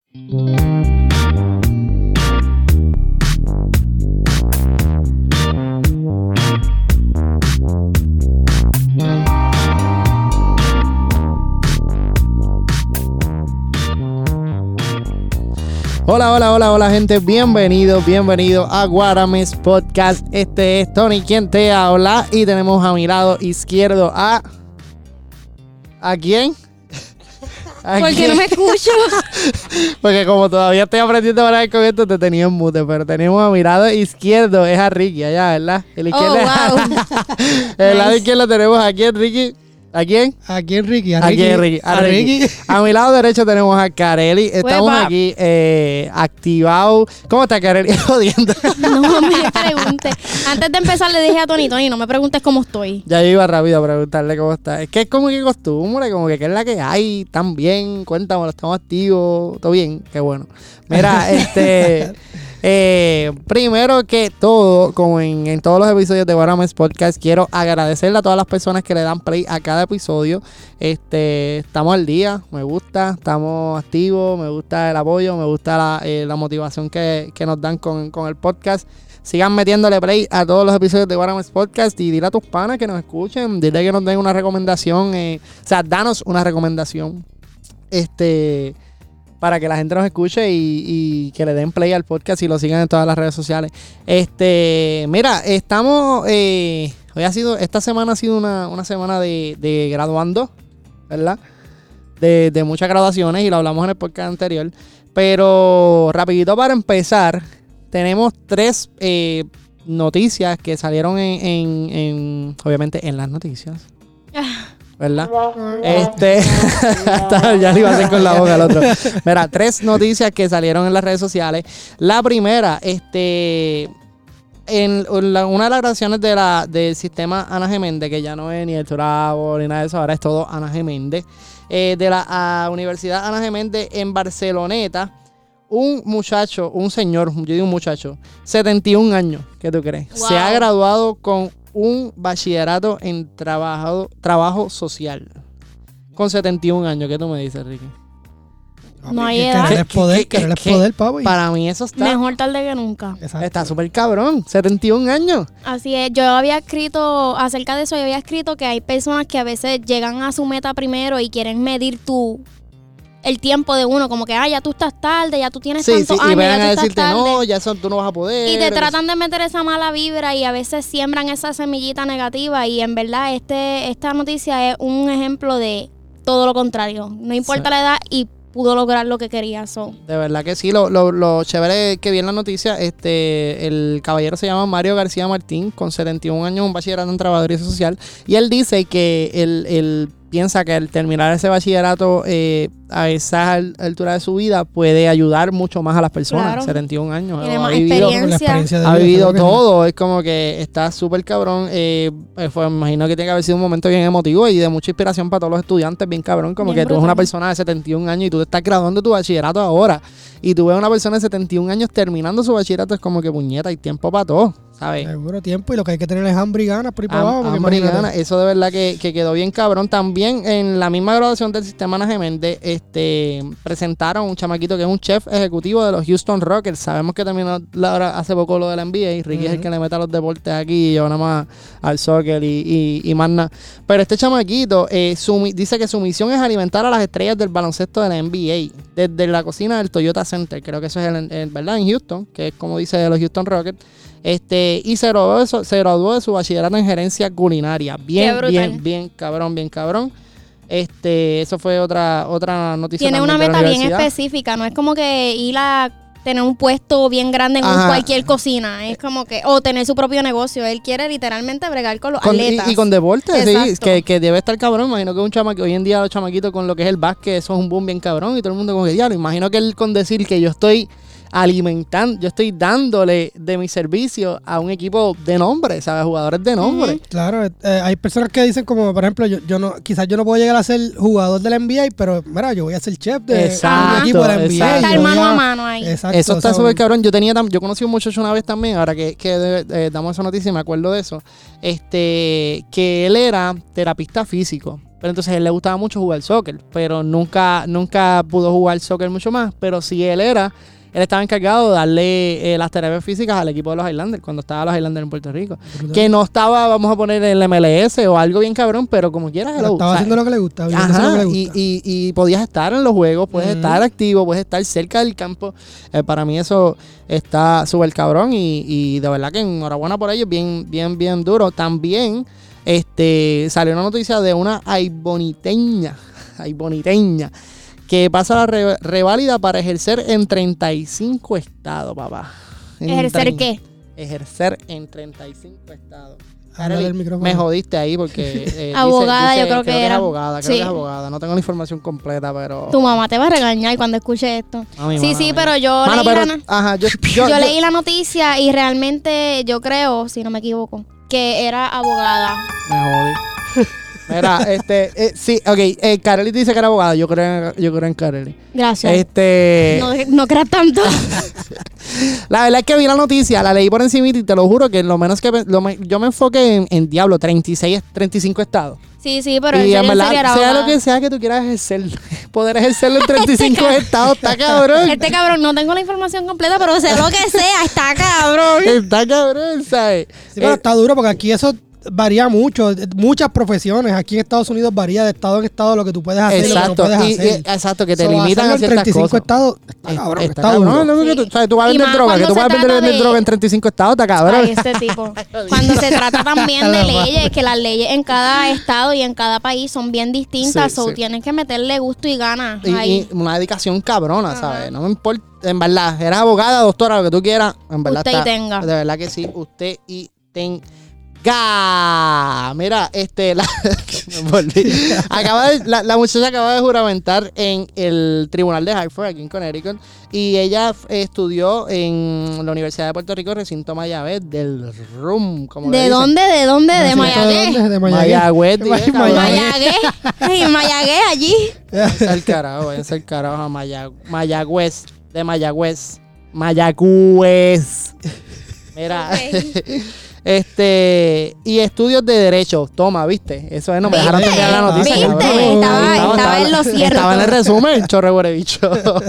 Hola gente, bienvenido a Guarames Podcast. Este es Tony quien te habla y tenemos a mi lado izquierdo ¿a quién? ¿Por qué no me escucho? Porque como todavía estoy aprendiendo a hablar con esto, te tenía en mute, pero tenemos a mi lado izquierdo, es a Ricky allá, ¿verdad? El izquierdo el lado izquierdo tenemos a quién, Ricky. ¿A quién? Aquí en Ricky. A Ricky. A mi lado derecho tenemos a Kareli. Estamos aquí activados. ¿Cómo está Kareli? Jodiendo. No me preguntes. Antes de empezar le dije a Tony, no me preguntes cómo estoy. Ya yo iba rápido a preguntarle cómo está. Es que es como que costumbre, como que qué es la que hay. ¿Tan bien? Cuéntamelo, estamos activos. ¿Todo bien? Qué bueno. Mira, primero que todo, como en todos los episodios de Guarames Podcast, quiero agradecerle a todas las personas que le dan play a cada episodio. Estamos al día, me gusta, estamos activos, me gusta el apoyo, me gusta la motivación que nos dan con el podcast. Sigan metiéndole play a todos los episodios de Guarames Podcast y dile a tus panas que nos escuchen, dile que nos den una recomendación, danos una recomendación. Para que la gente nos escuche y que le den play al podcast y lo sigan en todas las redes sociales. Mira, estamos... esta semana ha sido una semana de graduando, ¿verdad? De muchas graduaciones y lo hablamos en el podcast anterior. Pero rapidito para empezar, tenemos 3 noticias que salieron obviamente en las noticias. ¿Verdad? Ya le iba a hacer con la boca al otro. Mira, 3 noticias que salieron en las redes sociales. La primera, en una de las grabaciones del sistema Ana Geméndez, que ya no es ni el Turabo ni nada de eso, ahora es todo Ana Geméndez, de la Universidad Ana Geméndez en Barceloneta, un señor, yo digo un muchacho, 71 años, ¿qué tú crees? Wow. Se ha graduado con un bachillerato en trabajo social. Con 71 años. ¿Qué tú me dices, Ricky? No hay edad. Querer es poder, pavo. Para mí eso está... Mejor tarde que nunca. Exacto. Está súper cabrón. 71 años. Así es. Yo había escrito acerca de eso. Yo había escrito que hay personas que a veces llegan a su meta primero y quieren medir el tiempo de uno, como que ya tú estás tarde, ya tú tienes tantos años, y vengan ya a tú decirte, estás tarde. no, ya tú no vas a poder. Y te tratan de meter esa mala vibra y a veces siembran esa semillita negativa y en verdad esta noticia es un ejemplo de todo lo contrario. No importa la edad y pudo lograr lo que quería. De verdad que sí, lo chévere que vi en la noticia, el caballero se llama Mario García Martín, con 71 años, un bachillerato en trabajadoría social, y él dice que él piensa que al terminar ese bachillerato a esa altura de su vida puede ayudar mucho más a las personas. Claro. 71 años. Tiene más experiencia. Ha vivido todo. Es como que está súper cabrón. Me imagino que tiene que haber sido un momento bien emotivo y de mucha inspiración para todos los estudiantes, bien cabrón. Como bien que brutal. Tú eres una persona de 71 años y tú te estás graduando tu bachillerato ahora. Y tú ves a una persona de 71 años terminando su bachillerato, es como que puñeta, hay tiempo para todo, ¿sabes? Seguro tiempo, y lo que hay que tener es hambre y ganas por ahí para abajo. Hambre y ganas, eso de verdad que quedó bien cabrón. También en la misma graduación del sistema Ana Geméndez, presentaron un chamaquito que es un chef ejecutivo de los Houston Rockets. Sabemos que terminó hace poco lo de la NBA y Ricky es el que le mete a los deportes aquí y yo nada más al soccer y más nada. Pero este chamaquito dice que su misión es alimentar a las estrellas del baloncesto de la NBA desde la cocina del Toyota Center. Creo que eso es ¿verdad? En Houston, que es como dice de los Houston Rockets. Y se graduó de su bachillerato en gerencia culinaria. Bien cabrón. Eso fue otra noticia. Tiene una meta bien específica, no es como que ir a tener un puesto bien grande en cualquier cocina, es como que, o tener su propio negocio. Él quiere literalmente bregar con los atletas. Y con deportes, sí, que debe estar cabrón. Imagino que un chamaquito, hoy en día los chamaquitos con lo que es el básquet, eso es un boom bien cabrón y todo el mundo como que diablo. Imagino que él con decir que yo estoy alimentando, yo estoy dándole de mi servicio a un equipo de nombre, ¿sabes? Jugadores de nombre. Claro, hay personas que dicen como, por ejemplo, quizás yo no puedo llegar a ser jugador de la NBA, pero mira, yo voy a ser chef de un equipo de la NBA. Estar mano a mano ahí. Exacto, eso está súper cabrón. Yo conocí a un muchacho una vez también, ahora que damos esa noticia y me acuerdo de eso, que él era terapista físico. pero entonces a él le gustaba mucho jugar soccer, pero nunca pudo jugar soccer mucho más, pero sí él estaba encargado de darle las terapias físicas al equipo de los Highlanders, cuando estaba los Highlanders en Puerto Rico. Brutal. Que no estaba, vamos a poner el MLS o algo bien cabrón, pero como quieras. Estaba haciendo lo que le gusta. Ajá, lo que le gusta. y podías estar en los juegos, puedes estar activo, puedes estar cerca del campo. Para mí eso está súper cabrón y de verdad que enhorabuena por ellos, bien duro. También salió una noticia de una aiboniteña, que pasa la reválida para ejercer en 35 estados, papá. ¿Ejercer qué? Ejercer en 35 estados. Háblale al micrófono. Me jodiste ahí porque... abogada, yo creo que era. Creo que es abogada. No tengo la información completa, pero... Tu mamá te va a regañar cuando escuche esto. Sí, pero yo leí la noticia y realmente yo creo, si no me equivoco, que era abogada. Me jodí. Mira, sí, ok, Kareli dice que era abogada, yo creo en Kareli. Gracias. No creas tanto. La verdad es que vi la noticia, la leí por encima y te lo juro que lo menos que yo me enfoqué en diablo, 35 estados. Sí, pero y en verdad, serio sea lo que sea que tú quieras ejercer, poder ejercerlo en 35 estados, está cabrón. Este cabrón, no tengo la información completa, pero sea lo que sea, está cabrón. Está cabrón, ¿sabes? Sí, pero está duro porque aquí eso varía mucho, muchas profesiones. Aquí en Estados Unidos varía de estado en estado lo que tú puedes hacer y lo que no puedes hacer. Exacto, que te limitan a ciertas 35 cosas. estados, está cabrón, está duro. No, tú vas a vender droga, que tú vas a vender droga en 35 estados, está cabrón. Ay, este tipo. Cuando se trata también de leyes, que las leyes en cada estado y en cada país son bien distintas, o tienes que meterle gusto y ganas. Y una dedicación cabrona, ¿sabes? No me importa, en verdad, eres abogada, doctora, lo que tú quieras, en verdad usted y tenga. De verdad que sí, usted y tenga. Mira, la muchacha acaba de juramentar en el tribunal de Hartford, aquí en Connecticut, y ella estudió en la Universidad de Puerto Rico, recinto Mayagüez, del RUM, como ¿De dónde? ¿De Mayagüez? De Mayagüez, Mayagüez, allí. Váyanse al carajo, a Mayagüez, de Mayagüez. Mira, y estudios de derecho. Toma, ¿viste? Eso es, no me dejaron terminar la noticia. ¿Viste? Estaba en lo cierto. Estaba en el resumen, chorre bicho.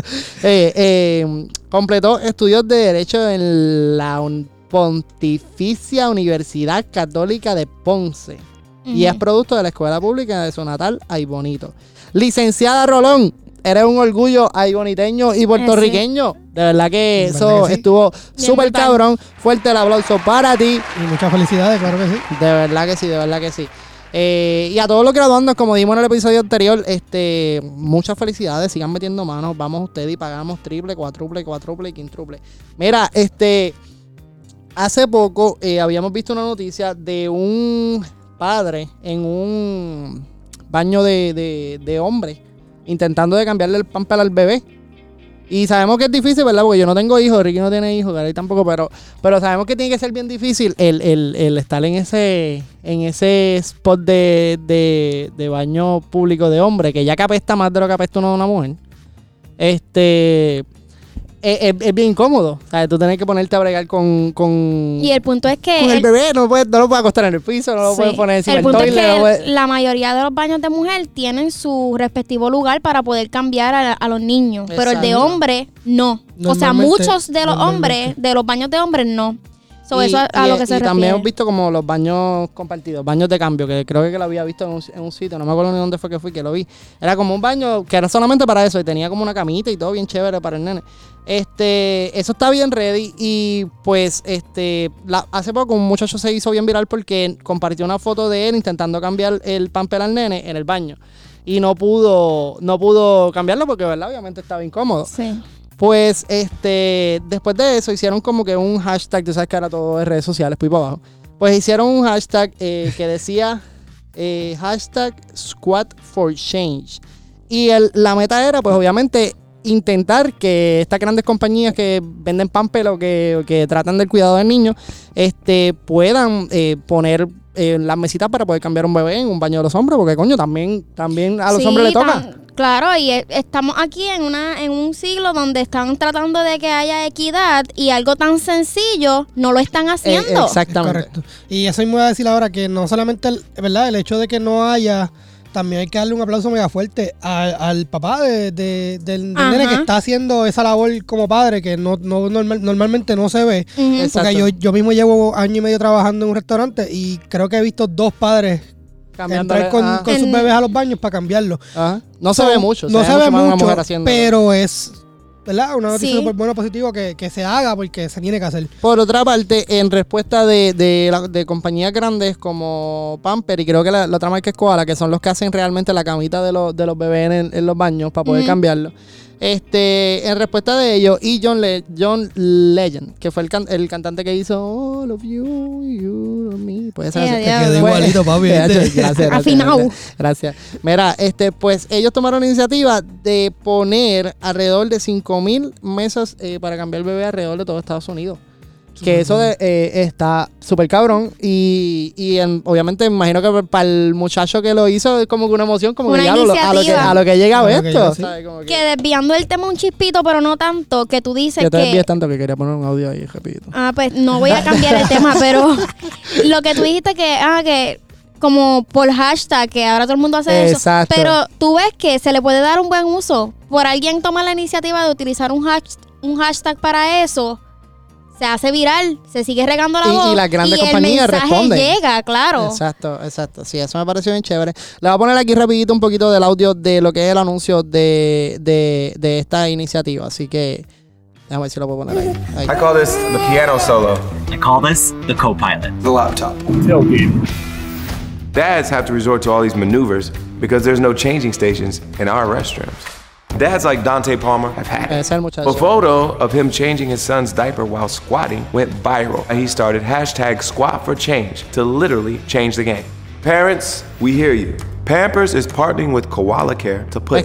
Completó estudios de derecho en la Pontificia Universidad Católica de Ponce. Y es producto de la escuela pública de su natal Aibonito. Licenciada Rolón, eres un orgullo aiboniteño y puertorriqueño. De verdad que eso estuvo súper cabrón. Fuerte el aplauso para ti. Y muchas felicidades, claro que sí. De verdad que sí. Y a todos los graduandos, como dijimos en el episodio anterior, muchas felicidades. Sigan metiendo manos. Vamos ustedes y pagamos triple, cuádruple y quíntuple. Mira, hace poco habíamos visto una noticia de un padre en un baño de hombre intentando de cambiarle el pamper al bebé. Y sabemos que es difícil, ¿verdad? Porque yo no tengo hijos, Ricky no tiene hijos, Gary tampoco, pero sabemos que tiene que ser bien difícil el estar en ese spot de baño público de hombre, que ya que apesta más de lo que apesta uno de una mujer. Es bien incómodo, ¿sabes? Tú tienes que ponerte a bregar con y el punto es que... Con el bebé no lo puedes acostar en el piso, no lo puedes poner encima del toilet. El punto es que la mayoría de los baños de mujer tienen su respectivo lugar para poder cambiar a los niños. Exacto. Pero el de hombre, no. O sea, muchos de los hombres, de los baños de hombres, no. Eso a lo que se refiere. También hemos visto como los baños compartidos, baños de cambio, que creo que lo había visto en un sitio, no me acuerdo ni dónde fue que fui, que lo vi. Era como un baño que era solamente para eso y tenía como una camita y todo bien chévere para el nene. Eso está bien ready y pues hace poco un muchacho se hizo bien viral porque compartió una foto de él intentando cambiar el pamper al nene en el baño y no pudo cambiarlo porque, ¿verdad? Obviamente estaba incómodo. Sí. Pues después de eso hicieron como que un hashtag, tú sabes que ahora todo es redes sociales, pues para abajo. Pues hicieron un hashtag que decía hashtag Squad for Change. Y la meta era, pues obviamente, intentar que estas grandes compañías que venden pamper o que tratan del cuidado del niño puedan poner las mesitas para poder cambiar un bebé en un baño de los hombres, porque coño, también a los hombres le toca. Claro, y estamos aquí en un siglo donde están tratando de que haya equidad y algo tan sencillo no lo están haciendo. Exactamente. Correcto. Y eso me voy a decir ahora que no solamente ¿verdad? El hecho de que no haya también hay que darle un aplauso mega fuerte al papá del nene que está haciendo esa labor como padre que normalmente no se ve. Porque yo mismo llevo 1 año y medio trabajando en un restaurante y creo que he visto 2 padres entrar con sus bebés a los baños para cambiarlo. No se ve mucho. No se ve mucho, pero es... ¿verdad? Una noticia súper buena, positiva que se haga porque se tiene que hacer. Por otra parte, en respuesta de compañías grandes como Pamper y creo que la otra marca es Koala, que son los que hacen realmente la camita de los bebés en los baños para poder cambiarlo. En respuesta de ellos, y John Legend, que fue el cantante que hizo All of You, You of Me. Pues esa te quedó igualito, papi. Gracias. Afinado. Gracias. Mira, pues ellos tomaron la iniciativa de poner alrededor de 5,000 mesas para cambiar el bebé alrededor de todo Estados Unidos. Que eso está súper cabrón y obviamente me imagino que para el muchacho que lo hizo es como que una emoción, como una que ya a lo que llega esto. ¿Sabes? Como que desviando el tema un chispito, pero no tanto, que tú dices que... Yo te desvías tanto que quería poner un audio ahí, repito. Pues no voy a cambiar el tema, pero lo que tú dijiste que como por hashtag, que ahora todo el mundo hace eso, pero tú ves que se le puede dar un buen uso. Por alguien toma la iniciativa de utilizar un hashtag para eso, se hace viral, se sigue regando la voz y las grandes compañías responden. Llega, claro. Exacto. Sí, eso me pareció bien chévere. Le voy a poner aquí rapidito un poquito del audio de lo que es el anuncio de esta iniciativa. Así que déjame ver si lo puedo poner ahí. I call this the piano solo. I call this the co-pilot. The laptop. Tailgate. Dads have to resort to all these maneuvers because there's no changing stations in our restrooms. Dads like Dante Palmer have had it. A photo of him changing his son's diaper while squatting went viral. He started #SquatForChange to literally change the game. Parents, we hear you. Pampers is partnering with Koala Care to put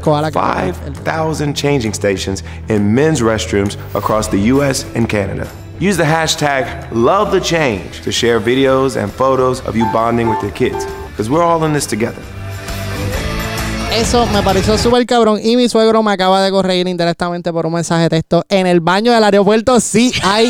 5,000 changing stations in men's restrooms across the U.S. and Canada. Use the hashtag #LoveTheChange to share videos and photos of you bonding with your kids, because we're all in this together. Eso me pareció súper cabrón y mi suegro me acaba de corregir indirectamente por un mensaje de texto. En el baño del aeropuerto sí hay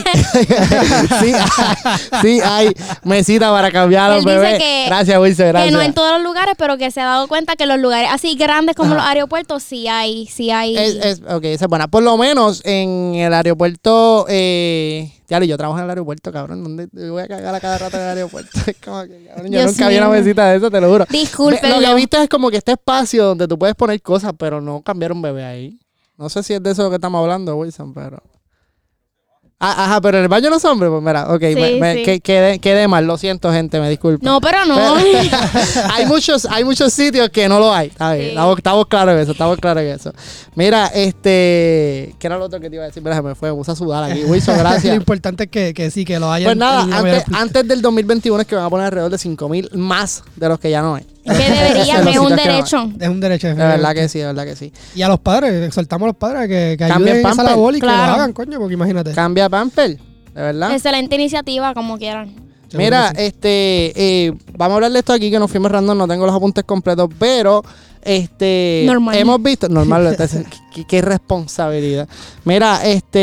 sí hay mesita para cambiar a los bebés. Gracias, Wilson, gracias. Que no en todos los lugares, pero que se ha dado cuenta que los lugares así grandes como los aeropuertos sí hay. Ok, esa es buena. Por lo menos en el aeropuerto... yo trabajo en el aeropuerto, cabrón. ¿Dónde voy a cagar a cada rato en el aeropuerto? Es como que, cabrón, yo nunca vi una mesita de eso, te lo juro. Disculpe. Lo que viste es como que este espacio donde tú puedes poner cosas, pero no cambiar un bebé ahí. No sé si es de eso que estamos hablando, Wilson, pero... pero en el baño los hombres, pues mira, ok, sí. Quedé mal, lo siento, gente, me disculpo. No, pero no. hay muchos sitios que no lo hay, está bien, estamos claros en eso, Mira, ¿qué era lo otro que te iba a decir? Mira, me puse a sudar aquí, Wilson, gracias. Lo importante es que sí, que lo hayan. Pues nada, antes del 2021 es que van a poner alrededor de 5,000 más de los que ya no hay. Que deberían, es un derecho. Es un derecho. De verdad que sí. Y a los padres, exhortamos a los padres a que ayuden a esa labor y que lo hagan, coño, porque imagínate. Cambia Pamper, de verdad. Excelente iniciativa, como quieran. Mira, vamos a hablar de esto aquí, que nos fuimos random, no tengo los apuntes completos, pero normal. Hemos visto, normal, qué responsabilidad. Mira,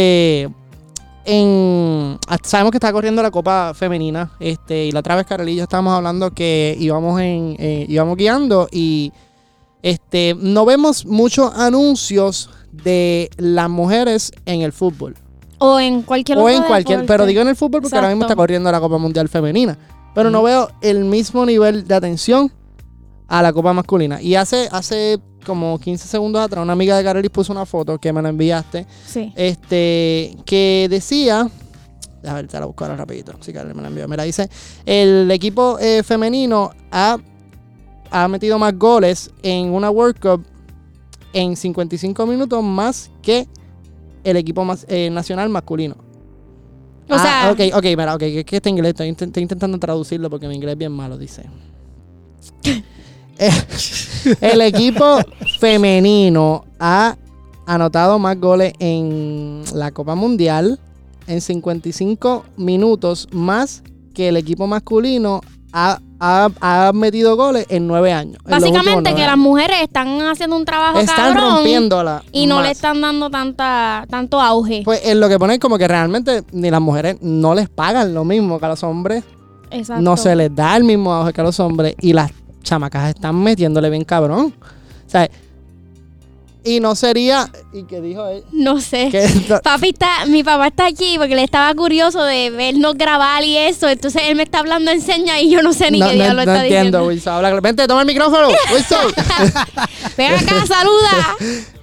sabemos que está corriendo la Copa Femenina, y la otra vez Karel y yo estábamos hablando que íbamos guiando y no vemos muchos anuncios de las mujeres en el fútbol. O en cualquier pero digo en el fútbol porque ahora mismo está corriendo la Copa Mundial Femenina. Pero no veo el mismo nivel de atención a la Copa masculina. Y hace como 15 segundos atrás, una amiga de Carelis puso una foto que me la enviaste. Sí. Que decía... A ver, te la busco ahora rapidito. Sí, Carelis me la envió. Mira, dice... El equipo femenino ha metido más goles en una World Cup en 55 minutos más que el equipo nacional masculino. O sea... Ok, mira, es que está en inglés. Estoy intentando traducirlo porque mi inglés es bien malo, dice... El equipo femenino ha anotado más goles en la Copa Mundial en 55 minutos más que el equipo masculino ha metido goles en 9 años. Básicamente que las mujeres están haciendo un trabajo están rompiéndola y no le están dando tanto auge. Pues en lo que ponen como que realmente ni las mujeres no les pagan lo mismo que a los hombres. Exacto. No se les da el mismo auge que a los hombres y las chamacas están metiéndole bien cabrón. O sea, y no sería... ¿Y qué dijo él? No sé. Mi papá está aquí porque le estaba curioso de vernos grabar y eso. Entonces él me está hablando en señas y yo no sé ni qué diablo está diciendo. No entiendo, Wilson. Vente, toma el micrófono. Wilson. Ven acá, saluda.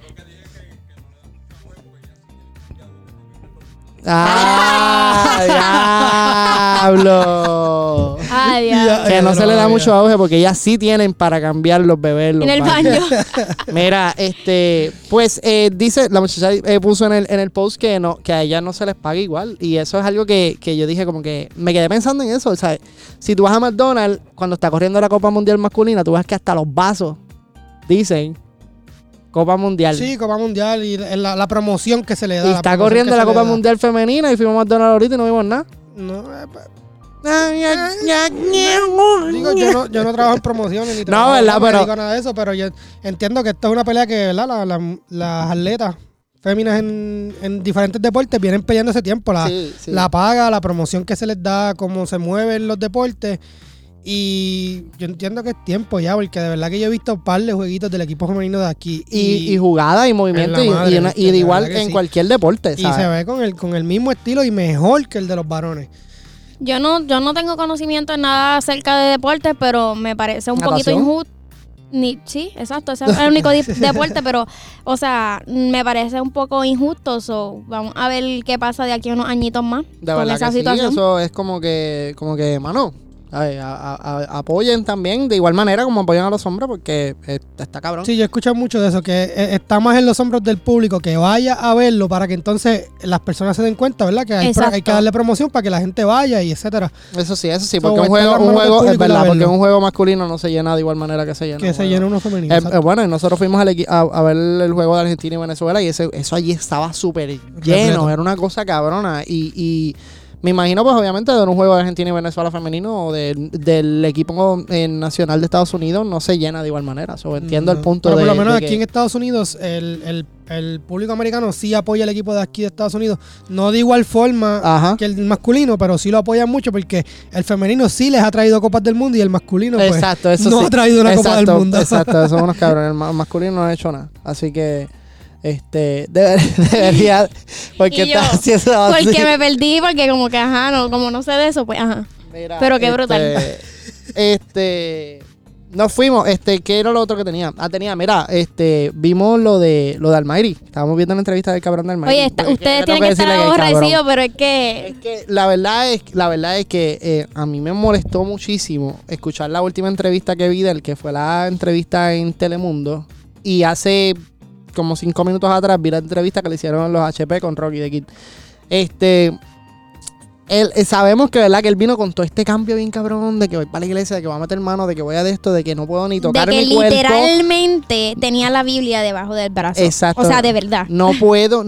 Diablo. Que no se le da mucho auge porque ellas sí tienen para cambiar los bebés en el baño. Mira, pues dice, la muchacha puso en el post que a ellas no se les paga igual. Y eso es algo que yo dije como que me quedé pensando en eso. O sea, si tú vas a McDonald's cuando está corriendo la Copa Mundial masculina, tú ves que hasta los vasos dicen Copa Mundial. Sí, Copa Mundial y la promoción que se le da. Y está corriendo la Copa Mundial femenina y fuimos a McDonald's ahorita y no vimos nada. No, digo, yo no trabajo en promociones ni trabajo ¿verdad? Pero digo nada de eso, pero yo entiendo que esto es una pelea que, ¿verdad? Las atletas féminas en diferentes deportes vienen peleando ese tiempo. La paga, la promoción que se les da, cómo se mueven los deportes. Y yo entiendo que es tiempo ya, porque de verdad que yo he visto un par de jueguitos del equipo femenino de aquí. Y jugadas y movimientos y de igual en cualquier deporte, ¿sabes? Y se ve con el mismo estilo y mejor que el de los varones. Yo no tengo conocimiento en nada acerca de deportes, pero me parece un poquito injusto. Sí, exacto, ese es el único deporte, pero, o sea, me parece un poco injusto. Vamos a ver qué pasa de aquí a unos añitos más con esa situación. Sí, eso es como que, mano, apoyen también de igual manera como apoyan a los hombres, porque está cabrón. Sí, yo he escuchado mucho de eso, que está más en los hombros del público que vaya a verlo para que entonces las personas se den cuenta, ¿verdad? Que hay que darle promoción para que la gente vaya y etcétera. Eso sí, porque un juego es verdad, porque un juego masculino no se llena de igual manera que se llena. Que se llena uno femenino. Bueno, y nosotros fuimos a ver el juego de Argentina y Venezuela y eso allí estaba súper lleno, era una cosa cabrona y me imagino, pues, obviamente, de un juego de Argentina y Venezuela femenino o del equipo nacional de Estados Unidos no se llena de igual manera. Entiendo el punto pero por lo menos aquí en Estados Unidos, el público americano sí apoya al equipo de aquí de Estados Unidos. No de igual forma que el masculino, pero sí lo apoyan mucho porque el femenino sí les ha traído copas del mundo y el masculino, pues, no ha traído una copa del mundo. Exacto, son unos cabrones. El masculino no ha hecho nada. Así que... debería porque estás haciendo así. Porque me perdí, porque como que como no sé de eso, pues Mira, pero qué brutal. Nos fuimos, ¿qué era lo otro que tenía? Vimos lo de Almighty. Estábamos viendo la entrevista del cabrón de Almighty. Oye, ustedes tienen que estar aborrecidos, pero es que la verdad es que a mí me molestó muchísimo escuchar la última entrevista que vi de él, que fue la entrevista en Telemundo, y hace como 5 minutos atrás vi la entrevista que le hicieron los HP con Rocky the Kid. Sabemos que, ¿verdad? Que él vino con todo este cambio bien cabrón de que voy para la iglesia, de que voy a meter mano, de que voy a de esto, de que no puedo ni tocar mi cuerpo. De que literalmente tenía la Biblia debajo del brazo. Exacto. O sea, de verdad. No puedo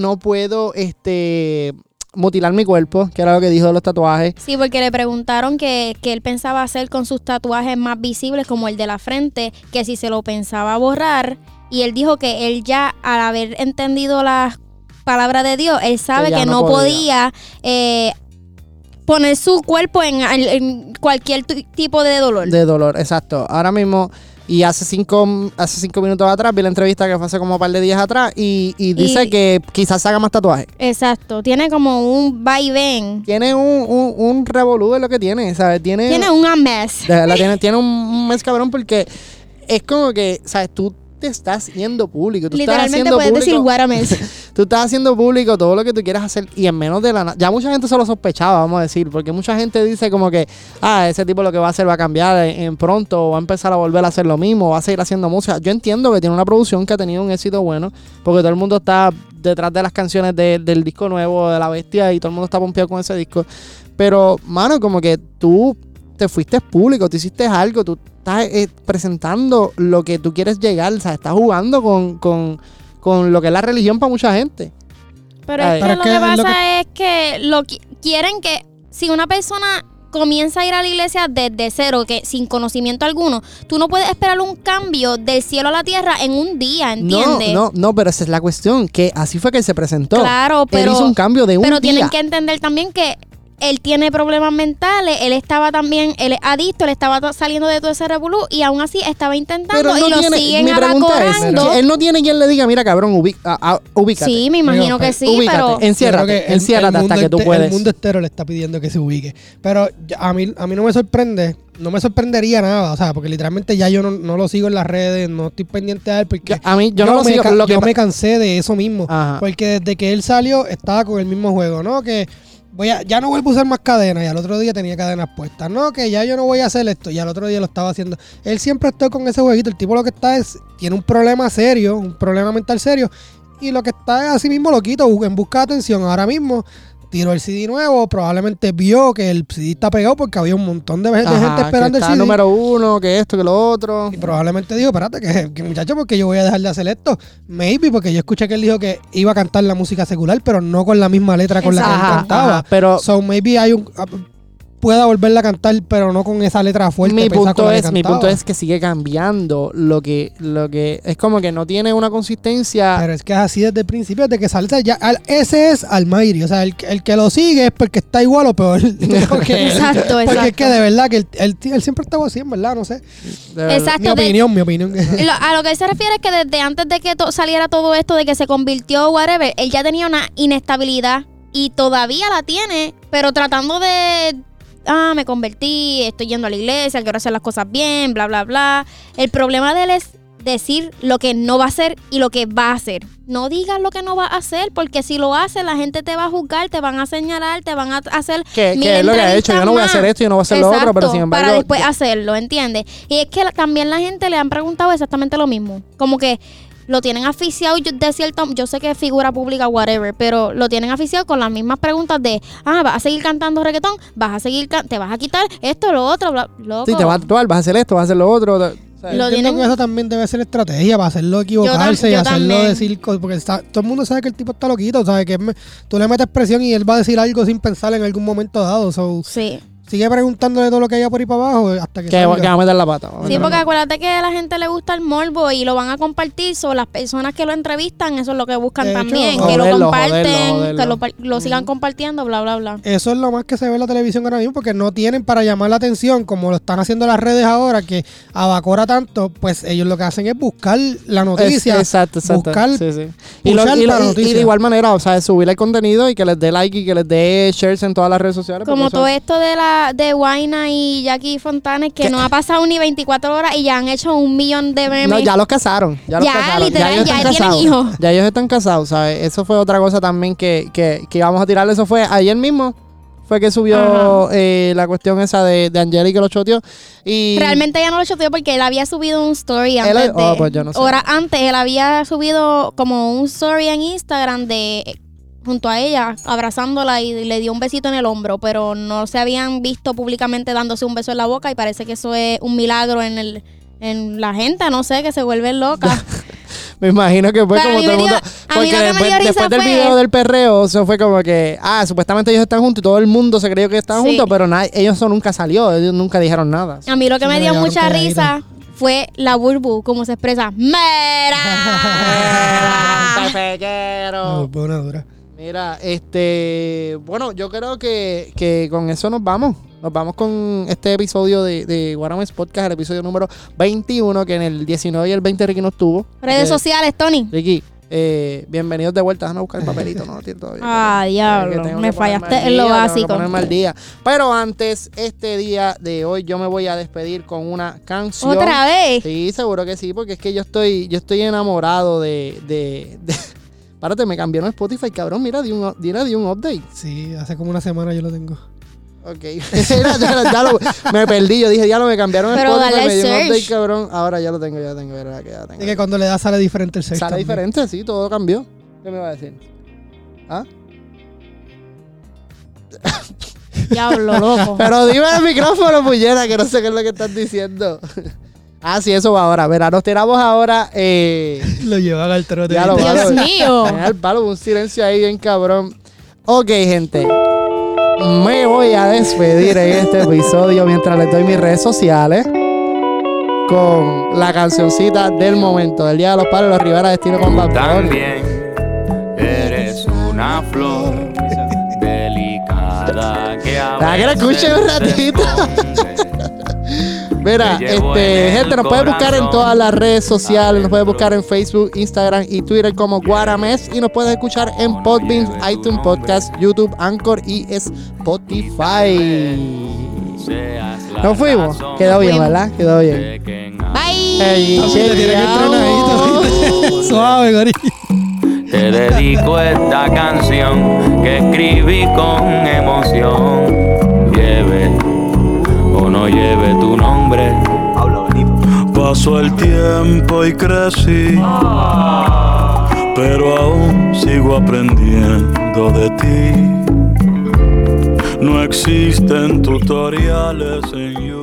mutilar mi cuerpo, que era lo que dijo de los tatuajes. Sí, porque le preguntaron que él pensaba hacer con sus tatuajes más visibles, como el de la frente, que si se lo pensaba borrar. Y él dijo que él ya, al haber entendido las palabras de Dios, él sabe que no podía poner su cuerpo en cualquier tipo de dolor. De dolor, exacto. Ahora mismo, y hace 5 minutos atrás, vi la entrevista que fue hace como un par de días atrás, y dice que quizás haga más tatuajes. Exacto. Tiene como un vaivén. Tiene un revolú de lo que tiene, ¿sabes? Tiene un mes. Tiene un mes cabrón porque es como que, ¿sabes? Tú te estás haciendo público. Literalmente puedes decir guarames. Tú estás haciendo público todo lo que tú quieras hacer y en menos de ya mucha gente se lo sospechaba, vamos a decir, porque mucha gente dice como que ese tipo lo que va a hacer va a cambiar en pronto, o va a empezar a volver a hacer lo mismo, o va a seguir haciendo música. Yo entiendo que tiene una producción que ha tenido un éxito bueno, porque todo el mundo está detrás de las canciones del disco nuevo de La Bestia y todo el mundo está pompeado con ese disco, pero mano, como que tú te fuiste público, tú hiciste algo, tú estás presentando lo que tú quieres llegar, o sea, estás jugando con lo que es la religión para mucha gente. Pero es que lo que pasa es que quieren que si una persona comienza a ir a la iglesia desde cero, que sin conocimiento alguno, tú no puedes esperar un cambio del cielo a la tierra en un día, ¿entiendes? No, pero esa es la cuestión, que así fue que él se presentó. Claro, pero él hizo un cambio de un día. Pero tienen que entender también que él tiene problemas mentales, él estaba también, él es adicto, él estaba saliendo de todo ese revolú y aún así estaba intentando y lo siguen abacorando. Él no tiene quien le diga, mira cabrón, ubícate. Sí, me imagino que sí, ubícate, pero... enciérrate hasta que tú puedes. El mundo entero le está pidiendo que se ubique. Pero a mí no me sorprende, no me sorprendería nada, o sea, porque literalmente ya yo no lo sigo en las redes, no estoy pendiente de él, porque yo me cansé de eso mismo. Ajá. Porque desde que él salió estaba con el mismo juego, ¿no? Que ya no vuelvo a usar más cadenas y al otro día tenía cadenas puestas. No, que ya yo no voy a hacer esto y al otro día lo estaba haciendo. Él siempre está con ese jueguito. El tipo lo que está tiene un problema serio, un problema mental serio y lo que está es así mismo loquito en busca de atención. Ahora mismo tiró el CD nuevo, probablemente vio que el CD está pegado porque había un montón de gente esperando el CD. Número 1, que esto, que lo otro. Y probablemente dijo, espérate, que muchacho, porque yo voy a dejar de hacer esto. Maybe, porque yo escuché que él dijo que iba a cantar la música secular, pero no con la misma letra con la que él cantaba. Pero so maybe pueda volverla a cantar, pero no con esa letra fuerte. Mi punto es que sigue cambiando lo que es como que no tiene una consistencia. Pero es que es así desde el principio, desde que sale. Ese es Almighty. O sea, el que lo sigue es porque está igual o peor. Exacto. Porque es que de verdad que él siempre estaba así, en verdad, no sé. Exacto. Mi opinión. A lo que él se refiere es que desde antes de que saliera todo esto, de que se convirtió whatever, él ya tenía una inestabilidad y todavía la tiene, pero tratando de... me convertí, estoy yendo a la iglesia, quiero hacer las cosas bien, bla, bla, bla. El problema de él es decir lo que no va a hacer y lo que va a hacer. No digas lo que no va a hacer, porque si lo haces, la gente te va a juzgar, te van a señalar, te van a hacer... ¿Qué es lo que ha hecho? Yo no voy a hacer esto y no voy a hacer lo otro, pero sin embargo... para después hacerlo, ¿entiendes? Y es que también la gente le han preguntado exactamente lo mismo. Como que lo tienen aficiado de cierto... Yo sé que es figura pública, whatever, pero lo tienen aficiado con las mismas preguntas de... ¿vas a seguir cantando reggaetón? ¿Te vas a quitar esto, lo otro? Loco. Sí, te vas a actuar, vas a hacer esto, vas a hacer lo otro... Yo entiendo que eso también debe ser estrategia para hacerlo equivocarse y hacerlo decir... Porque todo el mundo sabe que el tipo está loquito, ¿sabes? Que tú le metes presión y él va a decir algo sin pensar en algún momento dado. Sí. Sigue preguntándole todo lo que haya por ahí para abajo hasta que va a meter la pata. Sí, porque acuérdate que a la gente le gusta el morbo y lo van a compartir. Las personas que lo entrevistan, eso es lo que buscan también. Que lo comparten, que lo sigan compartiendo, bla, bla, bla. Eso es lo más que se ve en la televisión ahora mismo, porque no tienen para llamar la atención, como lo están haciendo las redes ahora, que abacora tanto, pues ellos lo que hacen es buscar la noticia. Exacto. Buscar, sí. Y de igual manera, o sea, subir el contenido y que les dé like y que les dé shares en todas las redes sociales. Como todo esto de Wayna y Jackie Fontanes, que no ha pasado ni 24 horas y ya han hecho 1 millón de memes. No, ya los casaron. Literal, ya tienen hijos. Ya ellos están casados, ¿sabes? Eso fue otra cosa también que íbamos a tirarle. Eso fue ayer mismo. Fue que subió la cuestión esa de Angelique que lo choteó. Y realmente ya no lo choteó porque él había subido un story antes pues yo no sé. Horas antes, él había subido como un story en Instagram junto a ella, abrazándola y le dio un besito en el hombro, pero no se habían visto públicamente dándose un beso en la boca y parece que eso es un milagro en la gente, no sé, que se vuelven locas. Me imagino que fue como todo el mundo. Porque después del video del perreo, eso fue como que, supuestamente ellos están juntos y todo el mundo se creyó que estaban juntos, pero ellos nunca salió, ellos nunca dijeron nada. A mí lo que me dio mucha risa fue la Burbu, como se expresa. ¡Mera! Buena dura. Mira, bueno, yo creo que con eso nos vamos. Nos vamos con este episodio de Guarames Podcast, el episodio número 21, que en el 19 y el 20 Ricky no estuvo. Redes sociales, Tony. Ricky, bienvenidos de vuelta. Déjame buscar el papelito, no tiene todavía. Diablo, me fallaste en lo básico. Tengo que ponerme al día. Pero antes, este día de hoy, yo me voy a despedir con una canción. ¿Otra vez? Sí, seguro que sí, porque es que yo estoy enamorado de Párate, me cambiaron Spotify, cabrón. Mira, di un update. Sí, hace como una semana yo lo tengo. Ok. Me perdí. Yo dije, me cambiaron Spotify, me dio un update, cabrón. Ahora ya lo tengo. Y que cuando le das sale diferente el search. Sale diferente, sí, todo cambió. ¿Qué me va a decir? Diablo, loco. Pero dime el micrófono, puñera, que no sé qué es lo que estás diciendo. Sí, eso va ahora. Verá, nos tiramos ahora. Lo llevan al trote. Dios mío. Al palo, un silencio ahí bien cabrón. Ok, gente. Me voy a despedir en este episodio mientras les doy mis redes sociales con la cancioncita del momento, del Día de los Padres, los Rivera Destino con Bad Bunny. También eres una flor delicada Para que la escuchen un ratito. Mira, gente, nos puede buscar en todas las redes sociales, nos puede buscar en Facebook, Instagram y Twitter como Guaramés y nos puede escuchar en Podbean, iTunes Podcast, YouTube, Anchor y Spotify. Nos fuimos. Quedó bien, ¿verdad? Quedó bien. Bye. Suave, Gori. Te dedico esta canción que escribí con emoción. Lleve o no lleve tu nombre. Pasó el tiempo y crecí, pero aún sigo aprendiendo de ti. No existen tutoriales en YouTube.